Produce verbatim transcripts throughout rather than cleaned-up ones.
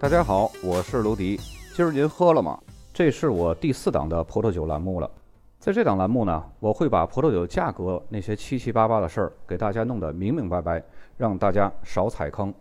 大家好，我是卢迪。今儿您喝了吗？这是我第四档的葡萄酒栏目了。在这档栏目呢，我会把葡萄酒价格那些七七八八的事儿给大家弄得明明白白，让大家少踩坑。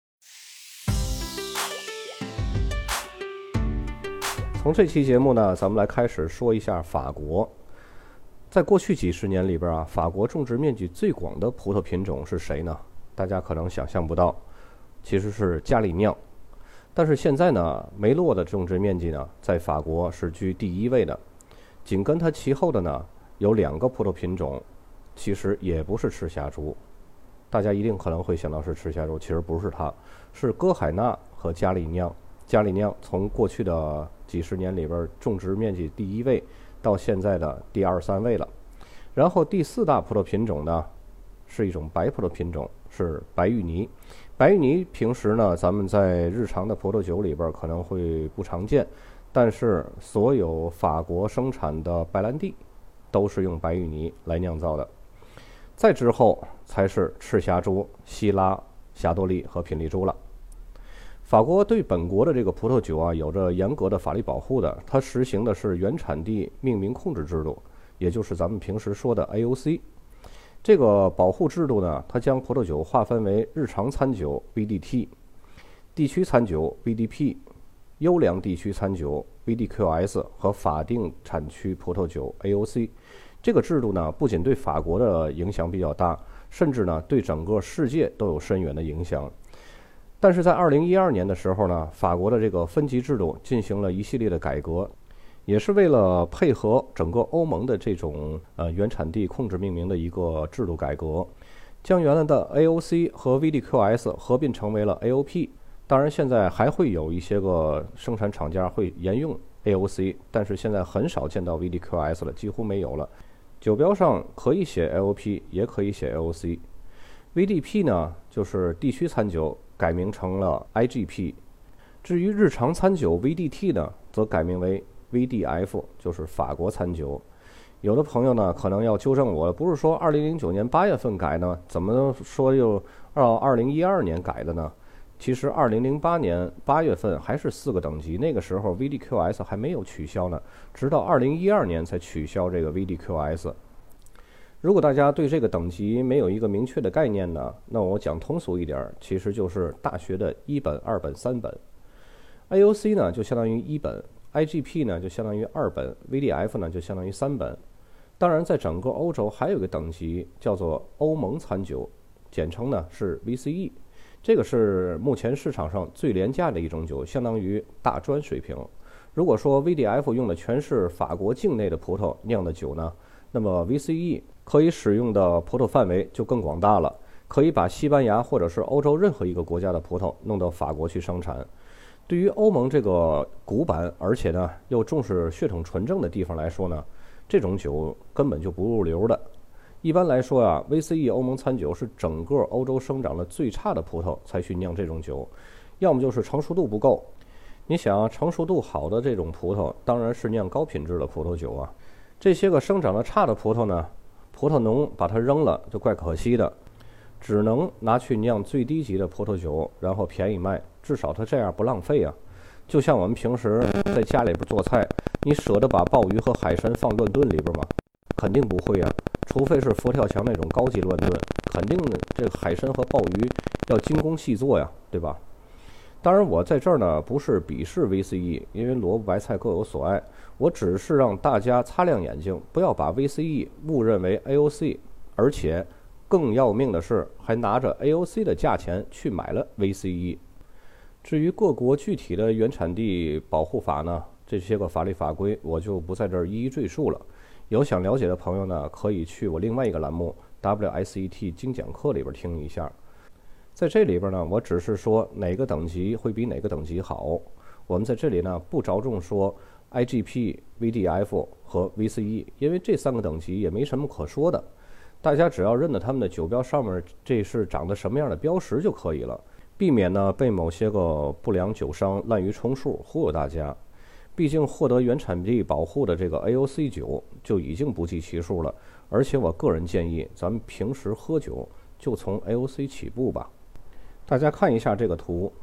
从这期节目呢，咱们来开始说一下法国。在过去几十年里边啊，法国种植面积最广的葡萄品种是谁呢？大家可能想象不到，其实是加利酿。但是现在呢，梅洛的种植面积呢，在法国是居第一位的。紧跟它其后的呢，有两个葡萄品种，其实也不是赤霞珠。大家一定可能会想到是赤霞珠，其实不是它，是歌海纳和加利酿。加利酿从过去的几十年里边种植面积第一位，到现在的第二三位了。然后第四大葡萄品种呢，是一种白葡萄品种，是白玉泥。白玉泥平时呢，咱们在日常的葡萄酒里边可能会不常见，但是所有法国生产的白兰地都是用白玉泥来酿造的。再之后才是赤霞珠、希拉、霞多丽和品丽珠了。法国对本国的这个葡萄酒啊，有着严格的法律保护的，它实行的是原产地命名控制制度，也就是咱们平时说的 A O C。这个保护制度呢，它将葡萄酒划分为日常餐酒 V D T、地区餐酒 V D P、优良地区餐酒 V D Q S 和法定产区葡萄酒 A O C。这个制度呢，不仅对法国的影响比较大，甚至呢对整个世界都有深远的影响。但是在二零一二年的时候呢，法国的这个分级制度进行了一系列的改革。也是为了配合整个欧盟的这种呃原产地控制命名的一个制度改革，将原来的 A O C 和 V D Q S 合并成为了 A O P。当然，现在还会有一些个生产厂家会沿用 A O C， 但是现在很少见到 V D Q S 了，几乎没有了。酒标上可以写 A O P， 也可以写 A O C。V D P 呢，就是地区餐酒改名成了 I G P。至于日常餐酒 V D T 呢，则改名为V D F， 就是法国餐酒。有的朋友呢可能要纠正我，不是说二零零九年八月份改呢，怎么说又到二零一二年改的呢？其实二零零八年八月份还是四个等级，那个时候 V D Q S 还没有取消呢，直到二零一二年才取消这个 V D Q S。 如果大家对这个等级没有一个明确的概念呢，那我讲通俗一点，其实就是大学的一本、二本、三本。 A O C 呢就相当于一本， I G P 呢就相当于二本， V D F 呢就相当于三本。当然在整个欧洲还有一个等级叫做欧盟餐酒，简称呢是 V C E， 这个是目前市场上最廉价的一种酒，相当于大专水平。如果说 V D F 用的全是法国境内的葡萄酿的酒呢，那么 V C E 可以使用的葡萄范围就更广大了，可以把西班牙或者是欧洲任何一个国家的葡萄弄到法国去生产。对于欧盟这个古板而且呢又重视血统纯正的地方来说呢，这种酒根本就不入流的。一般来说啊 V C E 欧盟餐酒是整个欧洲生长的最差的葡萄才去酿这种酒，要么就是成熟度不够。你想成熟度好的这种葡萄当然是酿高品质的葡萄酒啊，这些个生长得差的葡萄呢，葡萄农把它扔了就怪可惜的，只能拿去酿最低级的葡萄酒，然后便宜卖，至少它这样不浪费啊。就像我们平时在家里边做菜，你舍得把鲍鱼和海参放乱炖里边吗？肯定不会啊，除非是佛跳墙那种高级乱炖，肯定这个海参和鲍鱼要精工细做呀，对吧？当然我在这儿呢不是鄙视 V C E， 因为萝卜白菜各有所爱，我只是让大家擦亮眼睛，不要把 V C E 误认为 A O C， 而且更要命的是还拿着 A O C 的价钱去买了 V C E。 至于各国具体的原产地保护法呢，这些个法律法规我就不在这儿一一赘述了，有想了解的朋友呢可以去我另外一个栏目 W S E T 精讲课里边听一下。在这里边呢，我只是说哪个等级会比哪个等级好，我们在这里呢不着重说 I G P、V D F 和 V C E， 因为这三个等级也没什么可说的，大家只要认得他们的酒标上面这是长得什么样的标识就可以了，避免呢被某些个不良酒商滥竽充数忽悠大家。毕竟获得原产地保护的这个 A O C 酒就已经不计其数了，而且我个人建议咱们平时喝酒就从 A O C 起步吧。大家看一下这个图，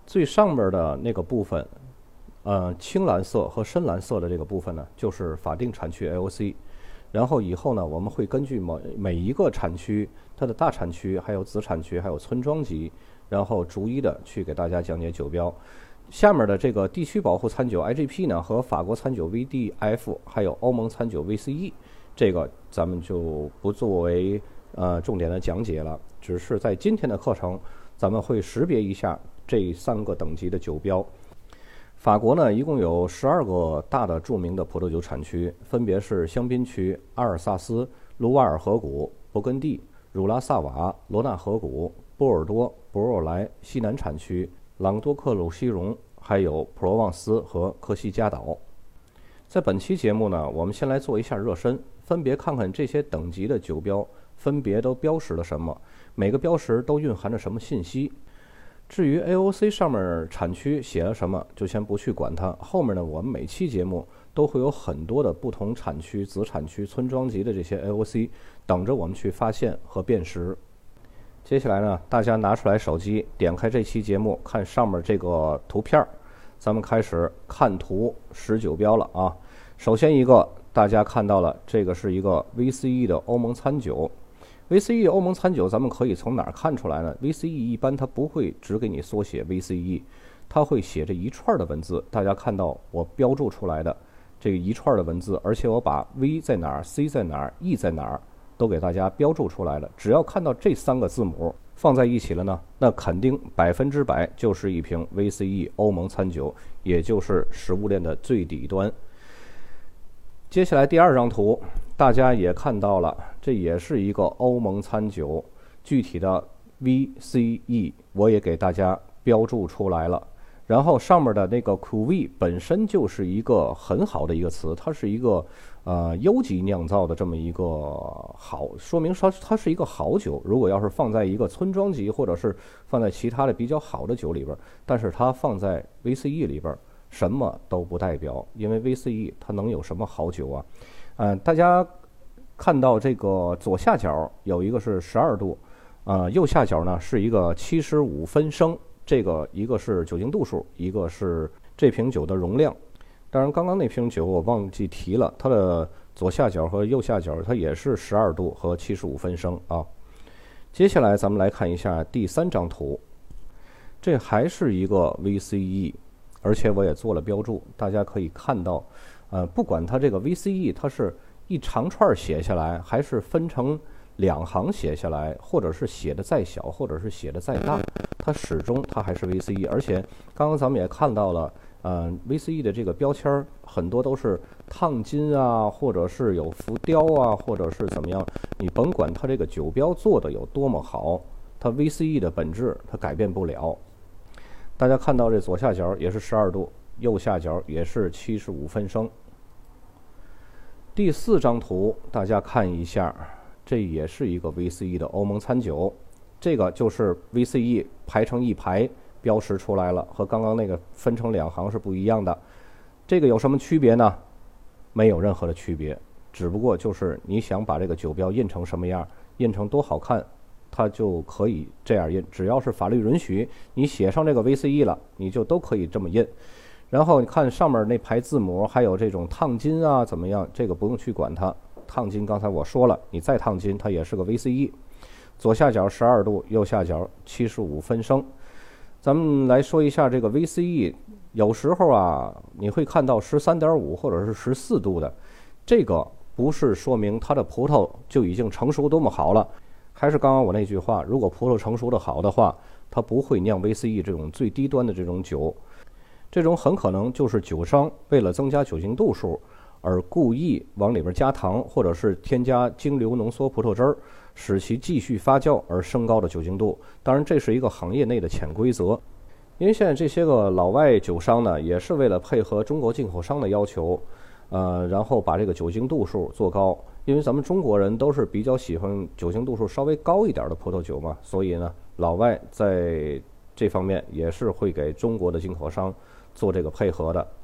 最上面的那个部分，呃，青蓝色和深蓝色的这个部分呢，就是法定产区 A O C。然后以后呢，我们会根据每每一个产区它的大产区、还有子产区、还有村庄级，然后逐一的去给大家讲解酒标。下面的这个地区保护餐酒 I G P 呢，和法国餐酒 V D F， 还有欧盟餐酒 V C E， 这个咱们就不作为呃重点的讲解了，只是在今天的课程，咱们会识别一下这三个等级的酒标。法国呢，一共有十二个大的著名的葡萄酒产区，分别是香槟区、阿尔萨斯、卢瓦尔河谷、勃艮第、汝拉萨瓦、罗纳河谷、波尔多、博若莱、西南产区、朗多克鲁西荣，还有普罗旺斯和科西嘉岛。在本期节目呢，我们先来做一下热身，分别看看这些等级的酒标分别都标识了什么，每个标识都蕴含着什么信息。至于 A O C 上面产区写了什么，就先不去管它。后面呢，我们每期节目都会有很多的不同产区、子产区、村庄级的这些 A O C， 等着我们去发现和辨识。接下来呢，大家拿出来手机，点开这期节目，看上面这个图片，咱们开始看图识酒标了啊。首先一个，大家看到了，这个是一个 V C E 的欧盟餐酒。V C E 欧盟餐酒，咱们可以从哪儿看出来呢？ V C E 一般它不会只给你缩写 V C E， 它会写这一串的文字。大家看到我标注出来的这个一串的文字，而且我把 V 在哪儿、C 在哪儿、E 在哪儿都给大家标注出来了。只要看到这三个字母放在一起了呢，那肯定百分之百就是一瓶 V C E 欧盟餐酒，也就是食物链的最底端。接下来第二张图，大家也看到了，这也是一个欧盟餐酒，具体的 V C E 我也给大家标注出来了。然后上面的那个 Cuvée 本身就是一个很好的一个词，它是一个呃优级酿造的这么一个好，说明它它是一个好酒。如果要是放在一个村庄级，或者是放在其他的比较好的酒里边，但是它放在 V C E 里边，什么都不代表，因为 V C E 它能有什么好酒啊？嗯、呃，大家看到这个左下角有一个是十二度，呃，右下角呢是一个七十五分升，这个一个是酒精度数，一个是这瓶酒的容量。当然，刚刚那瓶酒我忘记提了，它的左下角和右下角它也是十二度和七十五分升啊。接下来咱们来看一下第三张图，这还是一个 V C E。而且我也做了标注，大家可以看到，呃，不管它这个 V C E 它是一长串写下来，还是分成两行写下来，或者是写的再小，或者是写的再大，它始终它还是 V C E。而且刚刚咱们也看到了，呃 ，V C E 的这个标签很多都是烫金啊，或者是有浮雕啊，或者是怎么样，你甭管它这个酒标做的有多么好，它 V C E 的本质它改变不了。大家看到这左下角也是十二度，右下角也是七十五分升。第四张图大家看一下，这也是一个 V C E 的欧盟餐酒，这个就是 V C E 排成一排标识出来了，和刚刚那个分成两行是不一样的。这个有什么区别呢？没有任何的区别，只不过就是你想把这个酒标印成什么样，印成多好看，它就可以这样印，只要是法律允许，你写上这个 V C E 了，你就都可以这么印。然后你看上面那排字母，还有这种烫金啊，怎么样？这个不用去管它。烫金刚才我说了，你再烫金，它也是个 V C E。左下角十二度，右下角七十五分升。咱们来说一下这个 V C E， 有时候啊，你会看到十三点五或者是十四度的，这个不是说明它的葡萄就已经成熟多么好了。还是刚刚我那句话，如果葡萄成熟的好的话，它不会酿 V C E 这种最低端的这种酒，这种很可能就是酒商为了增加酒精度数而故意往里边加糖，或者是添加精流浓缩葡萄汁儿，使其继续发酵而升高的酒精度。当然这是一个行业内的潜规则，因为现在这些个老外酒商呢，也是为了配合中国进口商的要求，呃，然后把这个酒精度数做高。因为咱们中国人都是比较喜欢酒精度数稍微高一点的葡萄酒嘛，所以呢，老外在这方面也是会给中国的进口商做这个配合的。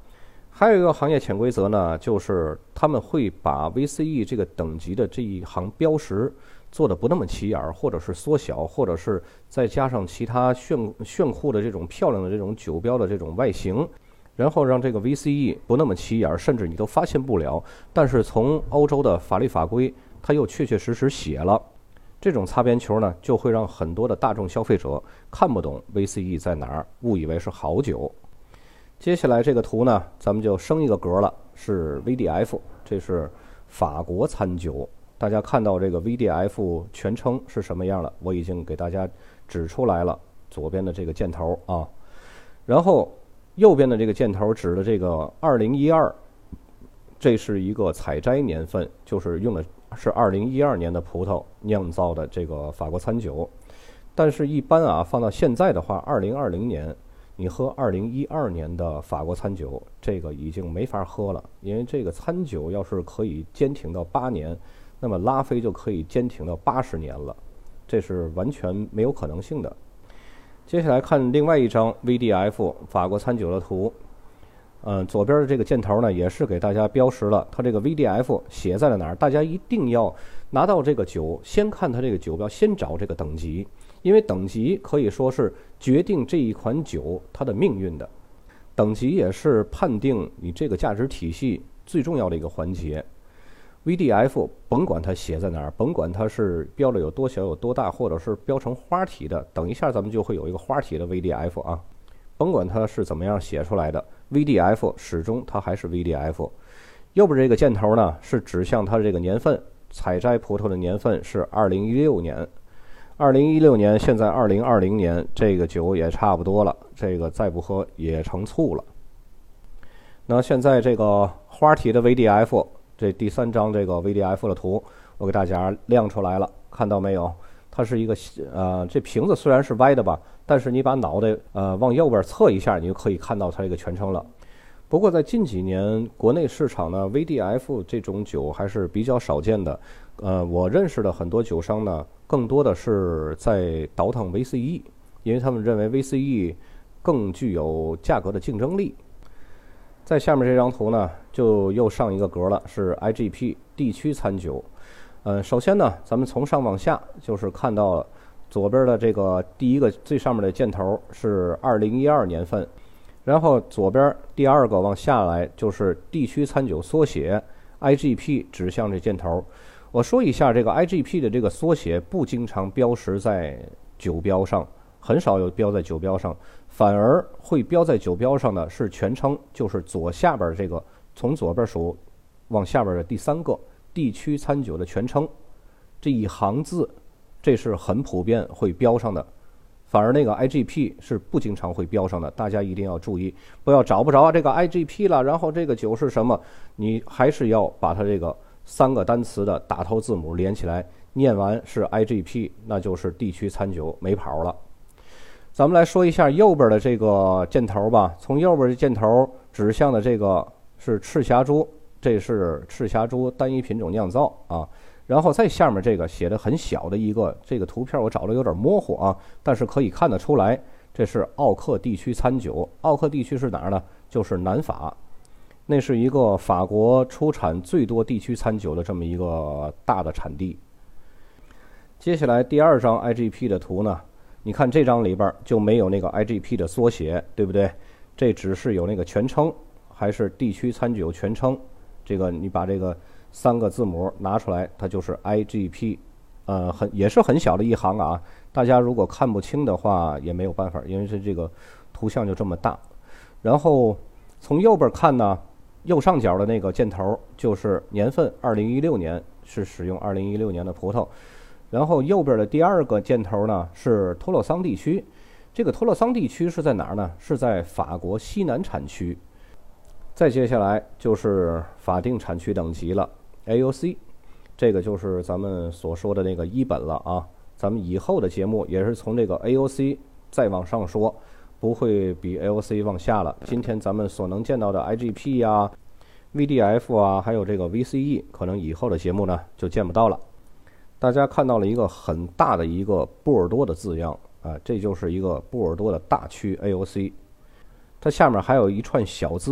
还有一个行业潜规则呢，就是他们会把 V C E 这个等级的这一行标识做的不那么起眼，或者是缩小，或者是再加上其他炫炫酷的这种漂亮的这种酒标的这种外形，然后让这个 V C E 不那么起眼，甚至你都发现不了。但是从欧洲的法律法规，它又确确实实写了，这种擦边球呢，就会让很多的大众消费者看不懂 V C E 在哪儿，误以为是好酒。接下来这个图呢，咱们就升一个格了，是 V D F， 这是法国餐酒。大家看到这个 V D F 全称是什么样了？我已经给大家指出来了，左边的这个箭头啊，然后右边的这个箭头指的这个二零一二，这是一个采摘年份，就是用的是二零一二年的葡萄酿造的这个法国餐酒。但是一般啊，放到现在的话，二零二零年。你喝二零一二年的法国餐酒，这个已经没法喝了，因为这个餐酒要是可以坚挺到八年，那么拉菲就可以坚挺到八十年了，这是完全没有可能性的。接下来看另外一张 V D F 法国餐酒的图，嗯，左边的这个箭头呢，也是给大家标识了它这个 V D F 写在了哪儿，大家一定要拿到这个酒，先看它这个酒标，先找这个等级。因为等级可以说是决定这一款酒它的命运的，等级也是判定你这个价值体系最重要的一个环节。V D F 甭管它写在哪儿，甭管它是标的有多小有多大，或者是标成花体的，等一下咱们就会有一个花体的 V D F 啊，甭管它是怎么样写出来的， V D F 始终它还是 V D F。 右边这个箭头呢，是指向它这个年份，采摘葡萄的年份是二零一六年。二零一六年，现在二零二零年，这个酒也差不多了，这个再不喝也成醋了。那现在这个花体的 V D F， 这第三张这个 V D F 的图，我给大家亮出来了，看到没有？它是一个呃，这瓶子虽然是歪的吧，但是你把脑袋呃往右边侧一下，你就可以看到它这个全称了。不过在近几年国内市场呢 ，V D F 这种酒还是比较少见的。呃，我认识的很多酒商呢，更多的是在倒腾 V C E， 因为他们认为 V C E 更具有价格的竞争力。在下面这张图呢，就又上一个格了，是 I G P 地区餐酒。呃，首先呢，咱们从上往下，就是看到左边的这个第一个最上面的箭头是二零一二年份。然后左边第二个往下来就是地区餐酒缩写 I G P 指向这箭头。我说一下，这个 I G P 的这个缩写不经常标识在酒标上，很少有标在酒标上，反而会标在酒标上的是全称，就是左下边这个，从左边数往下边的第三个地区餐酒的全称，这一行字，这是很普遍会标上的。反而那个 I G P 是不经常会标上的，大家一定要注意，不要找不着这个 I G P 了，然后这个酒是什么，你还是要把它这个三个单词的打头字母连起来，念完是 I G P， 那就是地区餐酒，没跑了。咱们来说一下右边的这个箭头吧，从右边的箭头指向的这个是赤霞珠，这是赤霞珠单一品种酿造啊。然后在下面这个写的很小的一个，这个图片我找的有点模糊啊，但是可以看得出来，这是奥克地区餐酒。奥克地区是哪儿呢？就是南法，那是一个法国出产最多地区餐酒的这么一个大的产地。接下来第二张 I G P 的图呢，你看这张里边就没有那个 I G P 的缩写，对不对？这只是有那个全称，还是地区餐酒全称。这个你把这个三个字母拿出来，它就是 I G P， 呃，很也是很小的一行啊。大家如果看不清的话，也没有办法，因为是这个图像就这么大。然后从右边看呢，右上角的那个箭头就是年份，二零一六年是使用二零一六年的葡萄。然后右边的第二个箭头呢是托洛桑地区，这个托洛桑地区是在哪儿呢？是在法国西南产区。再接下来就是法定产区等级了 ，A O C， 这个就是咱们所说的那个一本了啊。咱们以后的节目也是从这个 A O C 再往上说，不会比 A O C 往下了。今天咱们所能见到的 I G P 啊、V D F 啊，还有这个 V C E， 可能以后的节目呢就见不到了。大家看到了一个很大的一个波尔多的字样啊，这就是一个波尔多的大区 A O C。它下面还有一串小字，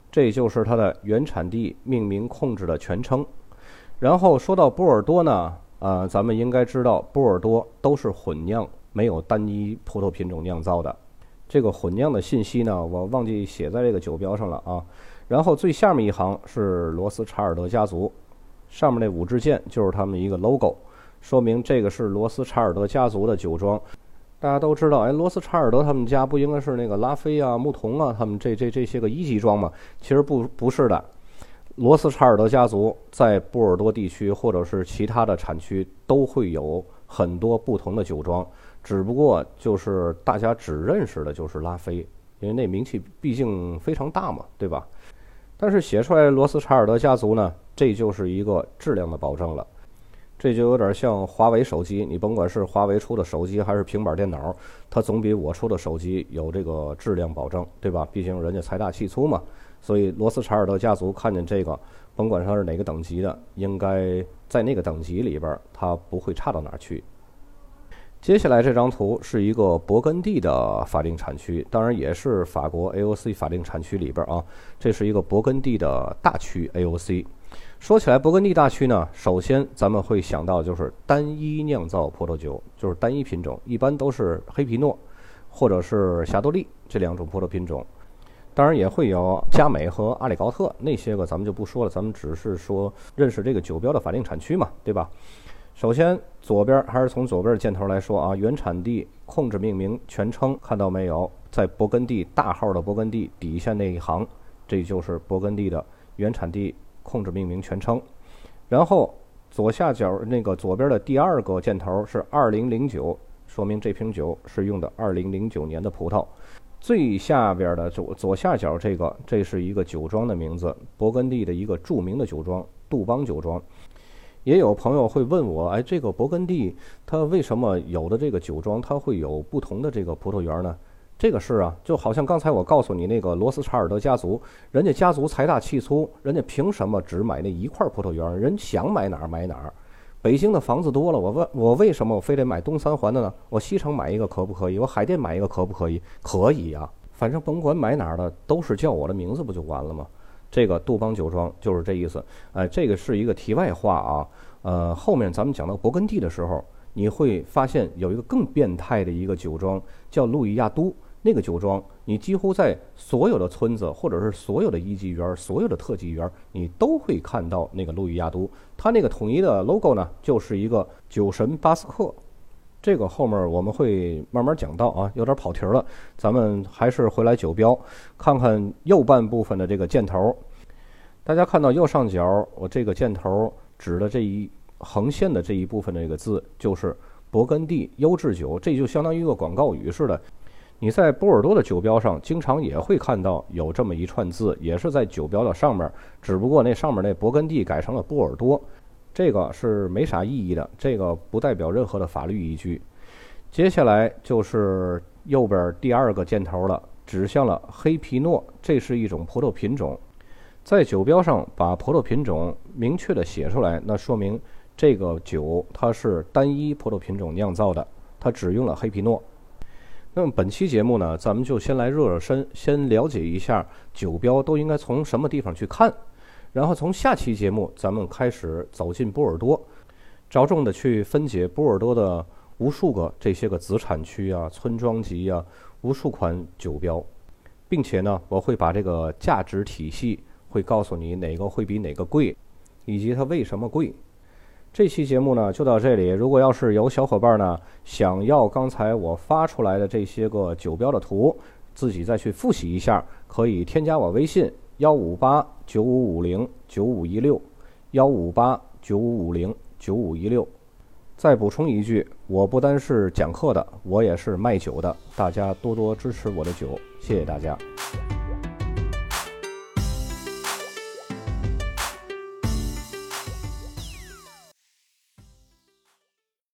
这就是它的原产地命名控制的全称。然后说到波尔多呢，呃，咱们应该知道波尔多都是混酿，没有单一葡萄品种酿造的。这个混酿的信息呢，我忘记写在这个酒标上了啊。然后最下面一行是罗斯查尔德家族，上面那五支箭就是他们一个 logo， 说明这个是罗斯查尔德家族的酒庄。大家都知道，哎，罗斯查尔德他们家不应该是那个拉菲啊、牧童啊，他们这这这些个一级庄吗？其实不不是的。罗斯查尔德家族在波尔多地区或者是其他的产区都会有很多不同的酒庄，只不过就是大家只认识的就是拉菲，因为那名气毕竟非常大嘛，对吧？但是写出来罗斯查尔德家族呢，这就是一个质量的保证了。这就有点像华为手机，你甭管是华为出的手机还是平板电脑，它总比我出的手机有这个质量保证，对吧？毕竟人家财大气粗嘛。所以罗斯查尔德家族看见这个，甭管它是哪个等级的，应该在那个等级里边它不会差到哪儿去。接下来这张图是一个勃艮第的法定产区，当然也是法国 A O C 法定产区里边啊，这是一个勃艮第的大区 A O C。说起来勃艮第大区呢，首先咱们会想到就是单一酿造葡萄酒，就是单一品种，一般都是黑皮诺或者是霞多丽这两种葡萄品种。当然也会有佳美和阿里高特，那些个咱们就不说了，咱们只是说认识这个酒标的法定产区嘛，对吧？首先左边还是从左边的箭头来说啊，原产地控制命名全称，看到没有？在勃艮第大号的勃艮第底下那一行，这就是勃艮第的原产地控制命名全称。然后左下角那个左边的第二个箭头是二零零九，说明这瓶酒是用的二零零九年的葡萄。最下边的左左下角这个，这是一个酒庄的名字，勃艮第的一个著名的酒庄，杜邦酒庄。也有朋友会问我，哎，这个勃艮第它为什么有的这个酒庄它会有不同的这个葡萄园呢？这个是啊，就好像刚才我告诉你那个罗斯查尔德家族，人家家族财大气粗，人家凭什么只买那一块葡萄园？人想买哪儿买哪儿。北京的房子多了，我问我为什么我非得买东三环的呢？我西城买一个可不可以？我海淀买一个可不可以？可以啊，反正甭管买哪儿的，都是叫我的名字不就完了吗？这个杜邦酒庄就是这意思。哎、呃，这个是一个题外话啊。呃，后面咱们讲到勃艮第的时候，你会发现有一个更变态的一个酒庄，叫路易亚都。那个酒庄，你几乎在所有的村子，或者是所有的一级园、所有的特级园，你都会看到那个路易亚都。它那个统一的 logo 呢，就是一个酒神巴斯克。这个后面我们会慢慢讲到啊，有点跑题了。咱们还是回来酒标，看看右半部分的这个箭头。大家看到右上角，我这个箭头指的这一横线的这一部分的这个字，就是勃艮第优质酒，这就相当于一个广告语似的。你在波尔多的酒标上经常也会看到有这么一串字，也是在酒标的上面，只不过那上面那勃艮第改成了波尔多，这个是没啥意义的，这个不代表任何的法律依据。接下来就是右边第二个箭头了，指向了黑皮诺，这是一种葡萄品种。在酒标上把葡萄品种明确的写出来，那说明这个酒它是单一葡萄品种酿造的，它只用了黑皮诺。那么本期节目呢，咱们就先来热热身，先了解一下酒标都应该从什么地方去看，然后从下期节目咱们开始走进波尔多，着重的去分解波尔多的无数个这些个子产区啊、村庄级啊、无数款酒标，并且呢，我会把这个价值体系会告诉你哪个会比哪个贵，以及它为什么贵。这期节目呢就到这里，如果要是有小伙伴呢想要刚才我发出来的这些个酒标的图，自己再去复习一下，可以添加我微信幺五八九五五零九五一六幺五八九五五零九五一六。再补充一句，我不单是讲课的，我也是卖酒的，大家多多支持我的酒，谢谢大家。